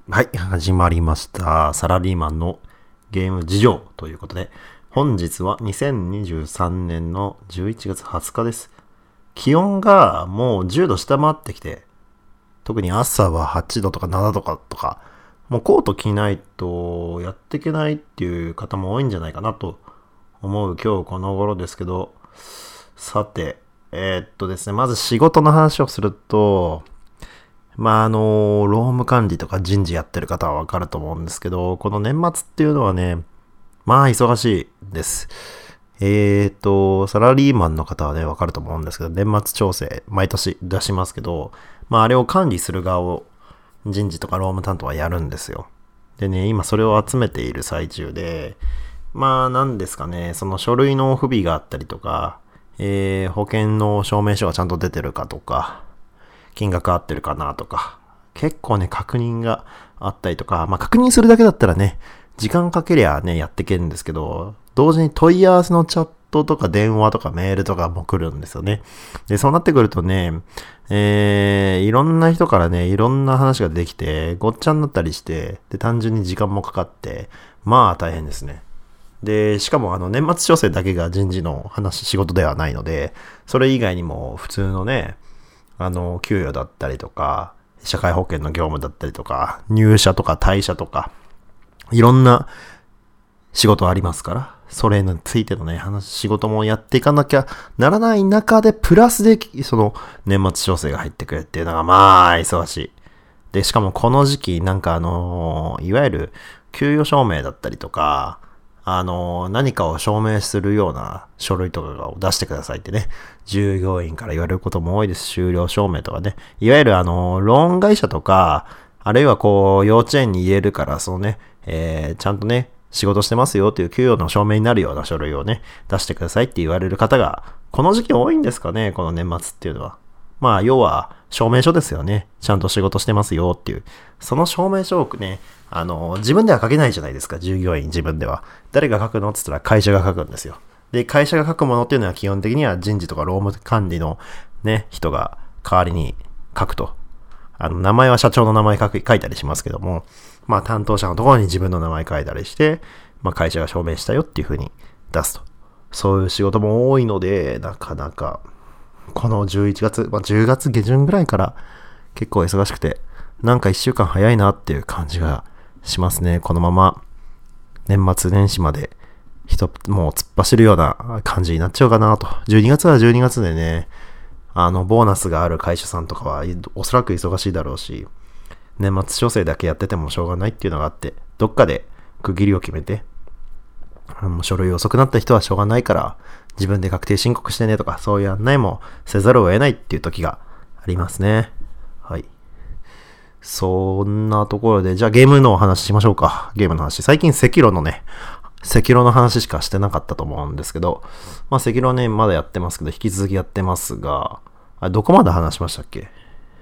はい、始まりました。サラリーマンのゲーム事情ということで、本日は2023年の11月20日です。気温がもう10度下回ってきて、特に朝は8度とか7度とか、もうコート着ないとやっていけないっていう方も多いんじゃないかなと思う今日この頃ですけど、さて、ですね、まず仕事の話をすると、労務管理とか人事やってる方はわかると思うんですけど、この年末っていうのはね、忙しいです。サラリーマンの方はね、わかると思うんですけど、年末調整、毎年出しますけど、あれを管理する側を人事とか労務担当はやるんですよ。でね、今それを集めている最中で、なんですかね、その書類の不備があったりとか、保険の証明書がちゃんと出てるかとか、金額合ってるかなとか、結構ね、確認があったりとか、確認するだけだったらね、時間かけりゃね、やっていけるんですけど、同時に問い合わせのチャットとか電話とかメールとかも来るんですよね。で、そうなってくるとね、いろんな人からね、いろんな話ができて、ごっちゃになったりして、で、単純に時間もかかって、大変ですね。で、しかも年末調整だけが人事の仕事ではないので、それ以外にも普通のね、給与だったりとか、社会保険の業務だったりとか、入社とか退社とか、いろんな仕事ありますから、それについてのね、仕事もやっていかなきゃならない中で、プラスで、その年末調整が入ってくるっていうのが、忙しい。で、しかもこの時期、いわゆる給与証明だったりとか、何かを証明するような書類とかを出してくださいってね、従業員から言われることも多いです。終了証明とかね。いわゆるローン会社とか、あるいは幼稚園に言えるから、ちゃんとね、仕事してますよっていう給与の証明になるような書類をね、出してくださいって言われる方が、この時期多いんですかね、この年末っていうのは。要は、証明書ですよね。ちゃんと仕事してますよっていう。その証明書をね、自分では書けないじゃないですか、従業員自分では。誰が書くのって言ったら会社が書くんですよ。で、会社が書くものっていうのは基本的には人事とか労務管理のね、人が代わりに書くと。名前は社長の名前書いたりしますけども、担当者のところに自分の名前書いたりして、会社が証明したよっていう風に出すと。そういう仕事も多いので、なかなか、この11月、10月下旬ぐらいから結構忙しくて、なんか1週間早いなっていう感じがしますね。このまま年末年始までもう突っ走るような感じになっちゃうかなと。12月は12月でね、ボーナスがある会社さんとかはおそらく忙しいだろうし、年末調整だけやっててもしょうがないっていうのがあって、どっかで区切りを決めて、書類遅くなった人はしょうがないから自分で確定申告してねとか、そういう案内もせざるを得ないっていう時がありますね。はい。そんなところで、じゃあゲームのお話しましょうか。ゲームの話。最近赤色の話しかしてなかったと思うんですけど、赤色ね、まだやってますけど、引き続きやってますが、どこまで話しましたっけ？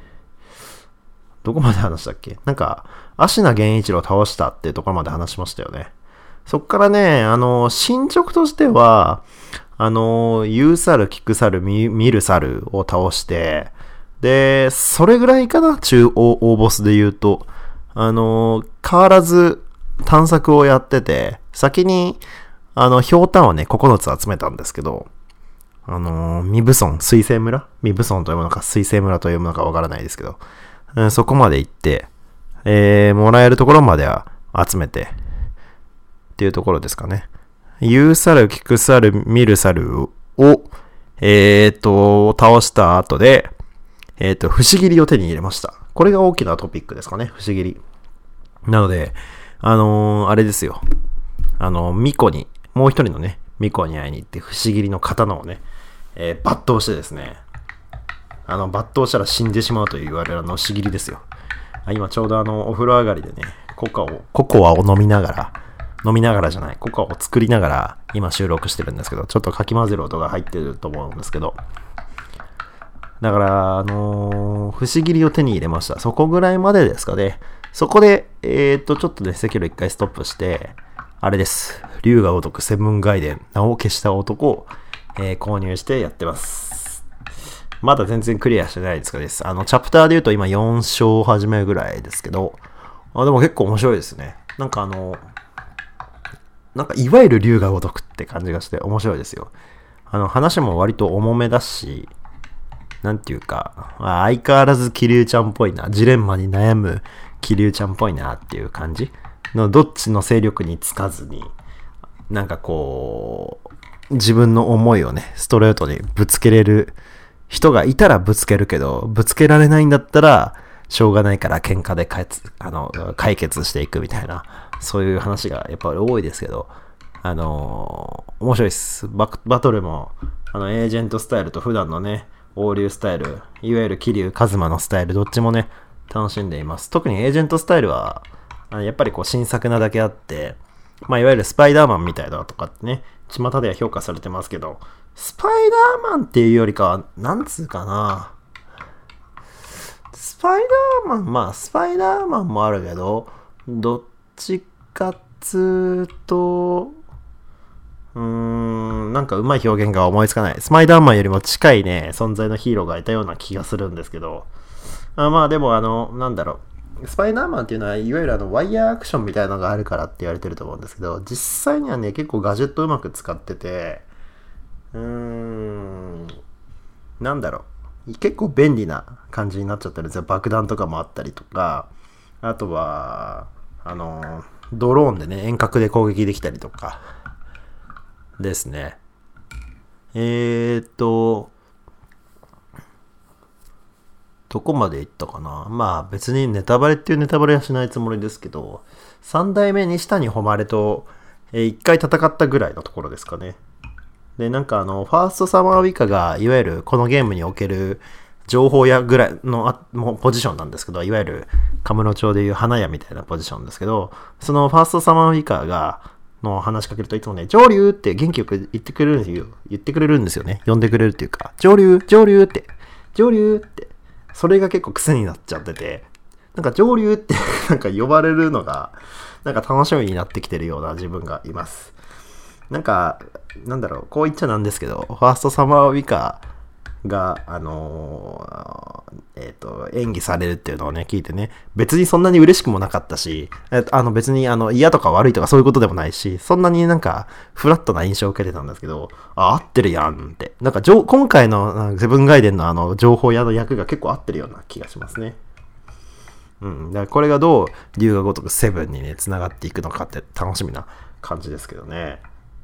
なんか、芦名源一郎を倒したっていうところまで話しましたよね。そっからね、進捗としては、言う猿、聞く猿、見る猿を倒して、で、それぐらいかな、大ボスで言うと。変わらず探索をやってて、先に、ひょうたんをね、9つ集めたんですけど、水星村というものか、水星村というものかわからないですけど、そこまで行って、もらえるところまでは集めて、っていうところですかね。言う猿、聞く猿、見る猿を、倒した後で、不思議りを手に入れました。これが大きなトピックですかね、不思議り。なので、あれですよ。ミコに、もう一人のね、ミコに会いに行って、不思議りの刀をね、抜刀してですね、抜刀したら死んでしまうと言われる不思議りですよ。今ちょうどお風呂上がりでね、ココアを飲みながらじゃない、ココアを作りながら今収録してるんですけど、ちょっとかき混ぜる音が入ってると思うんですけど、だから、不思議りを手に入れました。そこぐらいまでですかね。そこで、ちょっとね、セキュロ一回ストップして、あれです。龍が如くセブンガイデン、名を消した男を、購入してやってます。まだ全然クリアしてないですかです。チャプターで言うと今4章始めぐらいですけど、 でも結構面白いですね。なんかいわゆる龍が如くって感じがして面白いですよ。話も割と重めだし、なんていうか、相変わらず桐生ちゃんっぽいな、ジレンマに悩む桐生ちゃんっぽいなっていう感じの、どっちの勢力につかずに、なんかこう、自分の思いをね、ストレートにぶつけれる人がいたらぶつけるけど、ぶつけられないんだったら、しょうがないから喧嘩で解決していくみたいな、そういう話がやっぱり多いですけど、面白いです。バトルも、エージェントスタイルと普段のね、王流スタイル、いわゆる桐生一馬のスタイル、どっちもね、楽しんでいます。特にエージェントスタイルは、やっぱりこう新作なだけあって、いわゆるスパイダーマンみたいだとかってね、巷では評価されてますけど、スパイダーマンっていうよりかは、なんつうかな、スパイダーマン、スパイダーマンもあるけど、どっちかっつうと、なんかうまい表現が思いつかない。スパイダーマンよりも近いね、存在のヒーローがいたような気がするんですけど、でもなんだろう。スパイダーマンっていうのは、いわゆるワイヤーアクションみたいなのがあるからって言われてると思うんですけど、実際にはね、結構ガジェットうまく使ってて、なんだろう。結構便利な感じになっちゃってるんですよ。爆弾とかもあったりとか、あとは、ドローンでね、遠隔で攻撃できたりとか、ですね。どこまで行ったかな。別にネタバレっていうネタバレはしないつもりですけど、三代目西谷誉と、一回戦ったぐらいのところですかね。で、なんかファーストサマーウイカが、いわゆるこのゲームにおける情報屋ぐらいのポジションなんですけど、いわゆるカムロ町でいう花屋みたいなポジションですけど、そのファーストサマーウイカが、話しかけるといつもね、上流って元気よく言ってくれるんですよね。呼んでくれるっていうか、上流って、上流って、それが結構癖になっちゃってて、なんか上流ってなんか呼ばれるのが、なんか楽しみになってきてるような自分がいます。なんか、なんだろう、こう言っちゃなんですけど、ファーストサマーウイカが、演技されるっていうのをね、聞いてね、別にそんなに嬉しくもなかったし、別に嫌とか悪いとかそういうことでもないし、そんなになんか、フラットな印象を受けてたんですけど、合ってるやんって。なんか、今回のセブンガイデンの情報屋の役が結構合ってるような気がしますね。だからこれがどう龍が如くセブンにね、繋がっていくのかって楽しみな感じですけどね。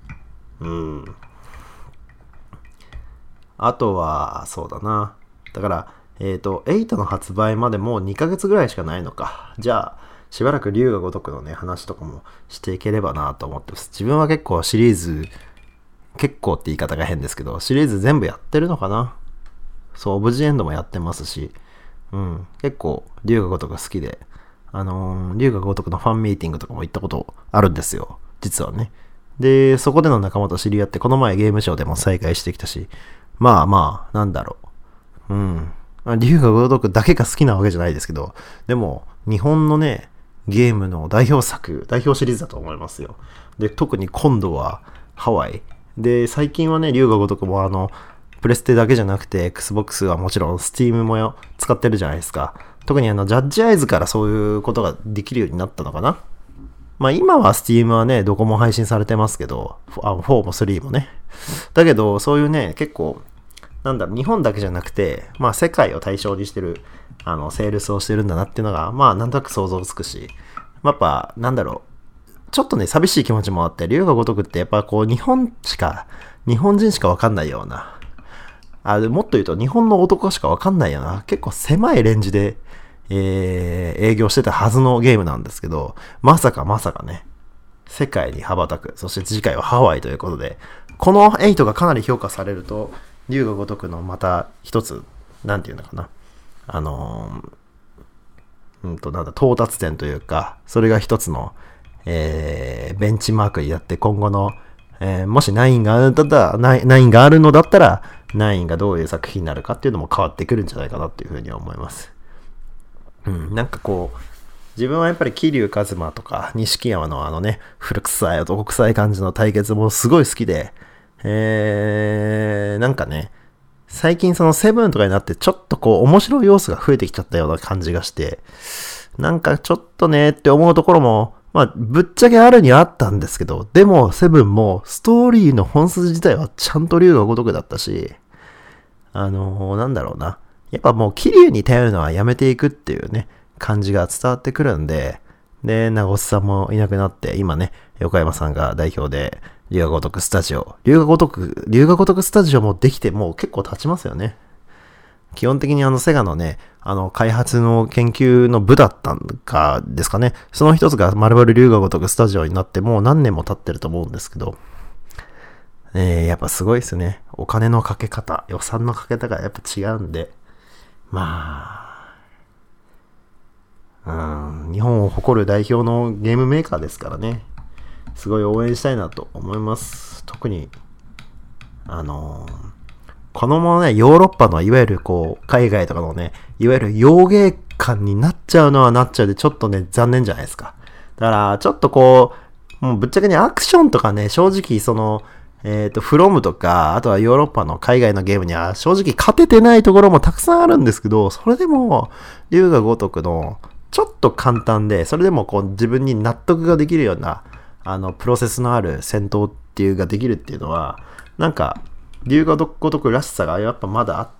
あとは、そうだな。だから、8の発売までもう2ヶ月ぐらいしかないのか。じゃあ、しばらく龍が如くのね、話とかもしていければなと思ってます。自分は結構シリーズ、結構って言い方が変ですけど、シリーズ全部やってるのかな。そう、オブジェエンドもやってますし、結構龍が如く好きで、龍が如くのファンミーティングとかも行ったことあるんですよ。実はね。で、そこでの仲間と知り合って、この前ゲームショーでも再会してきたし、なんだろう。龍が如くだけが好きなわけじゃないですけど、でも、日本のね、ゲームの代表シリーズだと思いますよ。で、特に今度はハワイ。で、最近はね、龍が如くもプレステだけじゃなくて、Xbox はもちろん Steam も使ってるじゃないですか。特にジャッジアイズからそういうことができるようになったのかな。今は Steam はね、どこも配信されてますけど、4も3もね。だけど、そういうね、結構、日本だけじゃなくて、世界を対象にしてる、セールスをしてるんだなっていうのが、なんとなく想像つくし、やっぱ、ちょっとね、寂しい気持ちもあって、龍が如くってやっぱこう、日本人しかわかんないような、もっと言うと日本の男しかわかんないような、結構狭いレンジで、営業してたはずのゲームなんですけど、まさかね、世界に羽ばたく、そして次回はハワイということで、この8がかなり評価されると、龍が如くのまた一つ、なんていうのかな、到達点というか、それが一つの、ベンチマークになって今後の、もし9があるのだったら、9がどういう作品になるかっていうのも変わってくるんじゃないかなっていうふうに思います。なんかこう、自分はやっぱり桐生一馬とか錦山の古臭い男臭い感じの対決もすごい好きで、なんかね、最近そのセブンとかになってちょっとこう面白い要素が増えてきちゃったような感じがして、 なんかちょっとねって思うところも、まあ、ぶっちゃけあるにはあったんですけど、でも、セブンもストーリーの本筋自体はちゃんと龍が如くだったし、なんだろうな。やっぱもう、桐生に頼るのはやめていくっていうね、感じが伝わってくるんで、で、名越さんもいなくなって、今ね、横山さんが代表で、龍が如くスタジオ。龍が如くスタジオもできてもう結構経ちますよね。基本的にセガのね、開発の研究の部だったんかですかね。その一つが丸々龍が如くスタジオになってもう何年も経ってると思うんですけど、やっぱすごいですね。お金のかけ方、予算のかけ方がやっぱ違うんで、まあ、日本を誇る代表のゲームメーカーですからね。すごい応援したいなと思います。特に、このままね、ヨーロッパのいわゆるこう、海外とかのね、いわゆる洋芸館になっちゃうのはなっちゃうで、ちょっとね、残念じゃないですか。だから、ちょっとこう、もうぶっちゃけね、アクションとかね、正直フロムとか、あとはヨーロッパの海外のゲームには正直勝ててないところもたくさんあるんですけど、それでも、龍が如くの、ちょっと簡単で、それでもこう自分に納得ができるような、プロセスのある戦闘っていうができるっていうのは、なんか、龍が如くらしさがやっぱまだあって、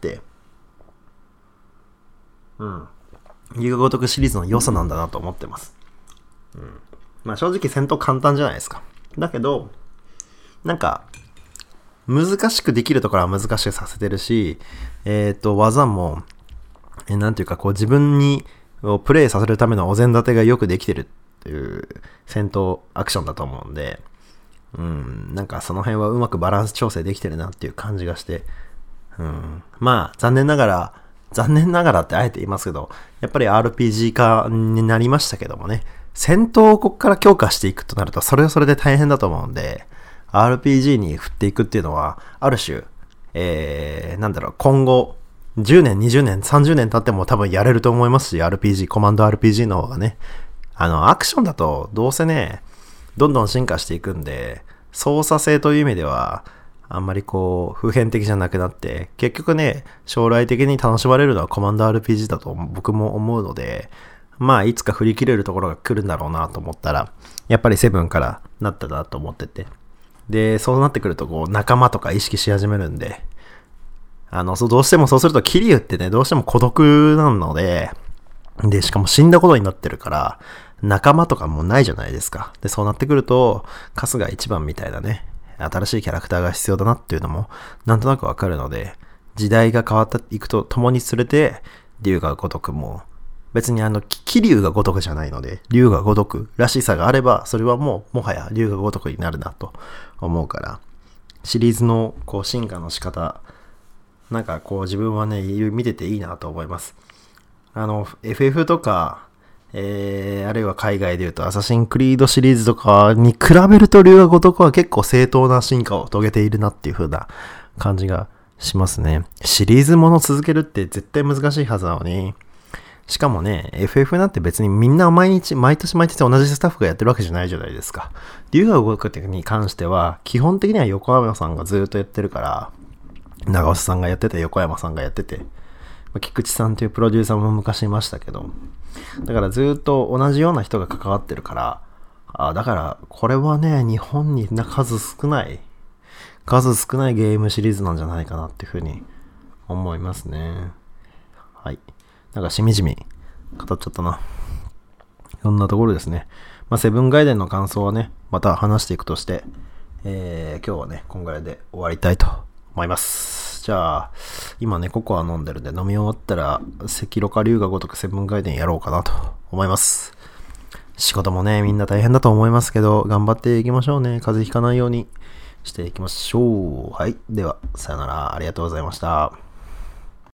龍が如くシリーズの良さなんだなと思ってます。まあ正直戦闘簡単じゃないですか。だけど、なんか、難しくできるところは難しくさせてるし、技も、なんていうかこう自分にプレイさせるためのお膳立てがよくできてるっていう戦闘アクションだと思うんで、なんかその辺はうまくバランス調整できてるなっていう感じがして、まあ残念ながらってあえて言いますけど、やっぱり RPG 化になりましたけどもね、戦闘をここから強化していくとなるとそれはそれで大変だと思うんで、RPG に振っていくっていうのは、ある種、今後、10年、20年、30年経っても多分やれると思いますし、コマンド RPG の方がね、アクションだとどうせね、どんどん進化していくんで、操作性という意味では、あんまりこう、普遍的じゃなくなって、結局ね、将来的に楽しまれるのはコマンド RPG だと僕も思うので、まあ、いつか振り切れるところが来るんだろうなと思ったら、やっぱりセブンからなったなと思ってて。で、そうなってくると、こう、仲間とか意識し始めるんで、どうしてもそうすると、桐生ってね、どうしても孤独なので、で、しかも死んだことになってるから、仲間とかもないじゃないですか。で、そうなってくると、春日一番みたいなね、新しいキャラクターが必要だなっていうのも、なんとなくわかるので、時代が変わっていくと共につれて、龍が如くも、別に桐生が如くじゃないので、龍が如くらしさがあれば、それはもはや龍が如くになるなと思うから、シリーズのこう進化の仕方、なんかこう自分はね、見てていいなと思います。FF とか、あるいは海外で言うとアサシンクリードシリーズとかに比べると龍が如くは結構正当な進化を遂げているなっていう風な感じがしますね。シリーズもの続けるって絶対難しいはずなのに、しかもね、FF なんて別にみんな毎年同じスタッフがやってるわけじゃないじゃないですか。龍が如くに関しては、基本的には横山さんがずっとやってるから、長尾さんがやってて、横山さんがやってて、菊池さんというプロデューサーも昔いましたけど、だからずっと同じような人が関わってるから、だからこれはね、日本に数少ないゲームシリーズなんじゃないかなっていうふうに思いますね。はい。なんかしみじみ語っちゃったな。そんなところですね。セブンガイデンの感想はね、また話していくとして、今日はね、こんぐらいで終わりたいと思います。じゃあ、今ね、ココア飲んでるんで飲み終わったら、赤炉か龍が如くセブンガイデンやろうかなと思います。仕事もね、みんな大変だと思いますけど、頑張っていきましょうね。風邪ひかないようにしていきましょう。はい。では、さよなら。ありがとうございました。